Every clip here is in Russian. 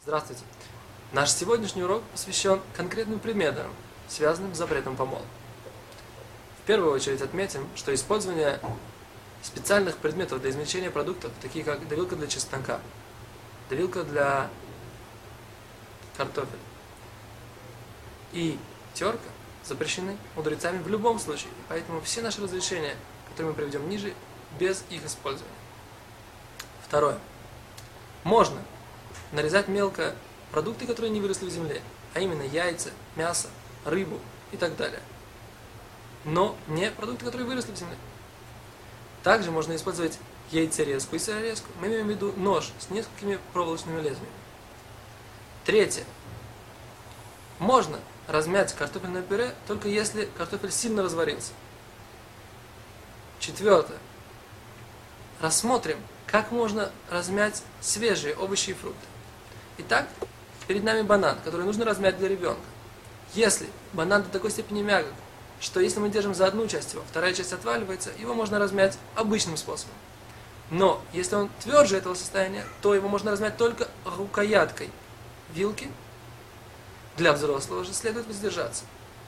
Здравствуйте! Наш сегодняшний урок посвящен конкретным предметам, связанным с запретом помола. В первую очередь отметим, что использование специальных предметов для измельчения продуктов, такие как давилка для чеснока, давилка для картофеля и терка, запрещены мудрецами в любом случае. Поэтому все наши разрешения, которые мы приведем ниже, без их использования. Второе. Можно нарезать мелко продукты, которые не выросли в земле, а именно яйца, мясо, рыбу и так далее. Но не продукты, которые выросли в земле. Также можно использовать яйцерезку и сырорезку. Мы имеем в виду нож с несколькими проволочными лезвиями. Третье. Можно размять картофельное пюре, только если картофель сильно разварился. Четвертое. Рассмотрим, как можно размять свежие овощи и фрукты. Итак, перед нами банан, который нужно размять для ребенка. Если банан до такой степени мягок, что если мы держим за одну часть его, вторая часть отваливается, его можно размять обычным способом. Но если он тверже этого состояния, то его можно размять только рукояткой вилки. Для взрослого же следует воздержаться.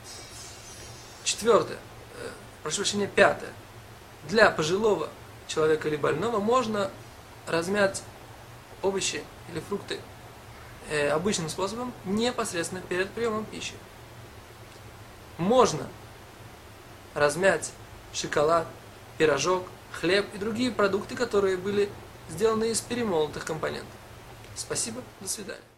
Пятое. Для пожилого человека или больного можно размять овощи или фрукты обычным способом, непосредственно перед приемом пищи. Можно размять шоколад, пирожок, хлеб и другие продукты, которые были сделаны из перемолотых компонентов. Спасибо, до свидания.